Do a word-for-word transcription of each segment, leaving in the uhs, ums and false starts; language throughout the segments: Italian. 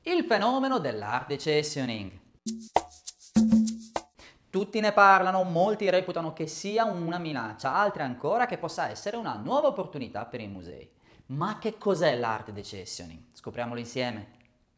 Il fenomeno dell'art decisioning. Tutti ne parlano, molti reputano che sia una minaccia, altri ancora che possa essere una nuova opportunità per i musei. Ma che cos'è l'art decisioning? Scopriamolo insieme.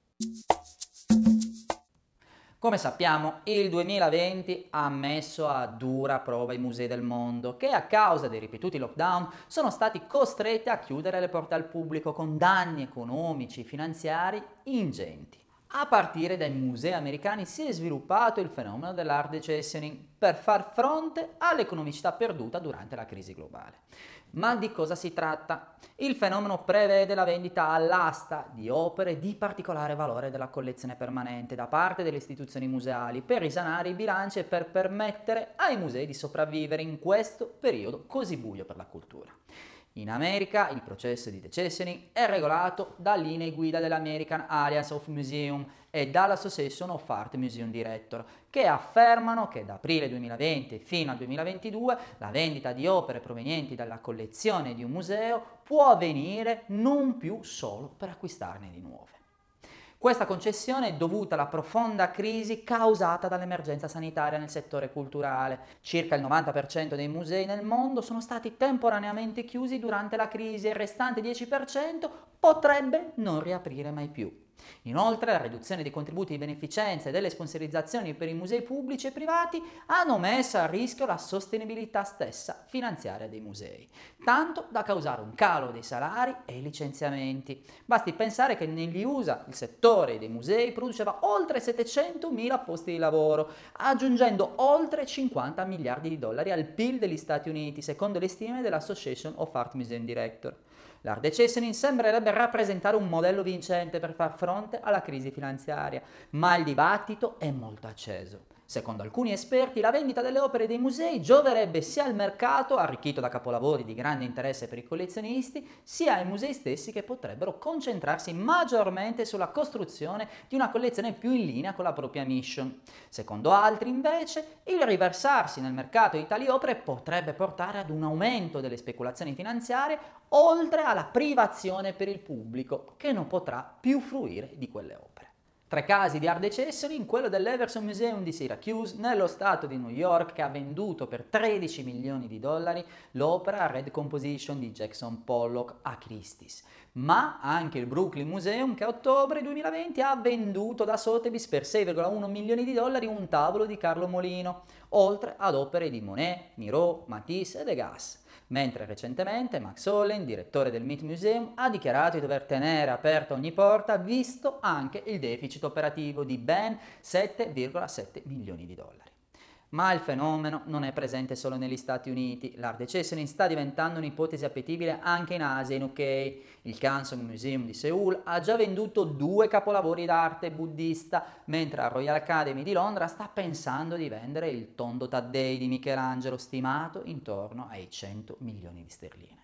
Come sappiamo, il duemilaventi ha messo a dura prova i musei del mondo, che a causa dei ripetuti lockdown sono stati costretti a chiudere le porte al pubblico con danni economici e finanziari ingenti. A partire dai musei americani si è sviluppato il fenomeno dell'art decisioning per far fronte all'economicità perduta durante la crisi globale. Ma di cosa si tratta? Il fenomeno prevede la vendita all'asta di opere di particolare valore della collezione permanente da parte delle istituzioni museali per risanare i bilanci e per permettere ai musei di sopravvivere in questo periodo così buio per la cultura. In America il processo di decisioning è regolato da linee guida dell'American Alliance of Museum e dall'Association of Art Museum Director, che affermano che da aprile duemilaventi fino al duemilaventidue la vendita di opere provenienti dalla collezione di un museo può avvenire non più solo per acquistarne di nuove. Questa concessione è dovuta alla profonda crisi causata dall'emergenza sanitaria nel settore culturale. Circa il novanta per cento dei musei nel mondo sono stati temporaneamente chiusi durante la crisi e il restante dieci per cento potrebbe non riaprire mai più. Inoltre, la riduzione dei contributi di beneficenza e delle sponsorizzazioni per i musei pubblici e privati hanno messo a rischio la sostenibilità stessa finanziaria dei musei, tanto da causare un calo dei salari e i licenziamenti. Basti pensare che negli U S A il settore dei musei produceva oltre settecentomila posti di lavoro, aggiungendo oltre cinquanta miliardi di dollari al P I L degli Stati Uniti, secondo le stime dell'Association of Art Museum Director. L'art decisioning sembrerebbe rappresentare un modello vincente per far fronte alla crisi finanziaria, ma il dibattito è molto acceso. Secondo alcuni esperti, la vendita delle opere dei musei gioverebbe sia al mercato, arricchito da capolavori di grande interesse per i collezionisti, sia ai musei stessi che potrebbero concentrarsi maggiormente sulla costruzione di una collezione più in linea con la propria mission. Secondo altri, invece, il riversarsi nel mercato di tali opere potrebbe portare ad un aumento delle speculazioni finanziarie, oltre alla privazione per il pubblico, che non potrà più fruire di quelle opere. Tre casi di art decisioning: quello dell'Everson Museum di Syracuse, nello stato di New York, che ha venduto per tredici milioni di dollari l'opera Red Composition di Jackson Pollock a Christie's, ma anche il Brooklyn Museum, che a ottobre duemilaventi ha venduto da Sotheby's per sei virgola uno milioni di dollari un tavolo di Carlo Molino, oltre ad opere di Monet, Miro, Matisse e Degas. Mentre recentemente Max Hollein, direttore del Met Museum, ha dichiarato di dover tenere aperta ogni porta, visto anche il deficit operativo di ben sette virgola sette milioni di dollari. Ma il fenomeno non è presente solo negli Stati Uniti. L'art decisioning sta diventando un'ipotesi appetibile anche in Asia e in U K. Il Kansong Museum di Seoul ha già venduto due capolavori d'arte buddista, mentre la Royal Academy di Londra sta pensando di vendere il Tondo Taddei di Michelangelo, stimato intorno ai cento milioni di sterline.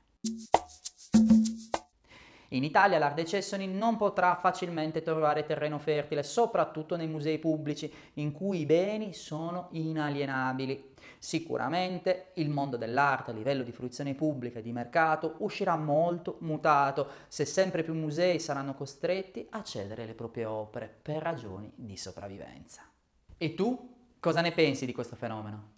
In Italia l'art decisioning non potrà facilmente trovare terreno fertile, soprattutto nei musei pubblici, in cui i beni sono inalienabili. Sicuramente il mondo dell'arte a livello di fruizione pubblica e di mercato uscirà molto mutato, se sempre più musei saranno costretti a cedere le proprie opere per ragioni di sopravvivenza. E tu cosa ne pensi di questo fenomeno?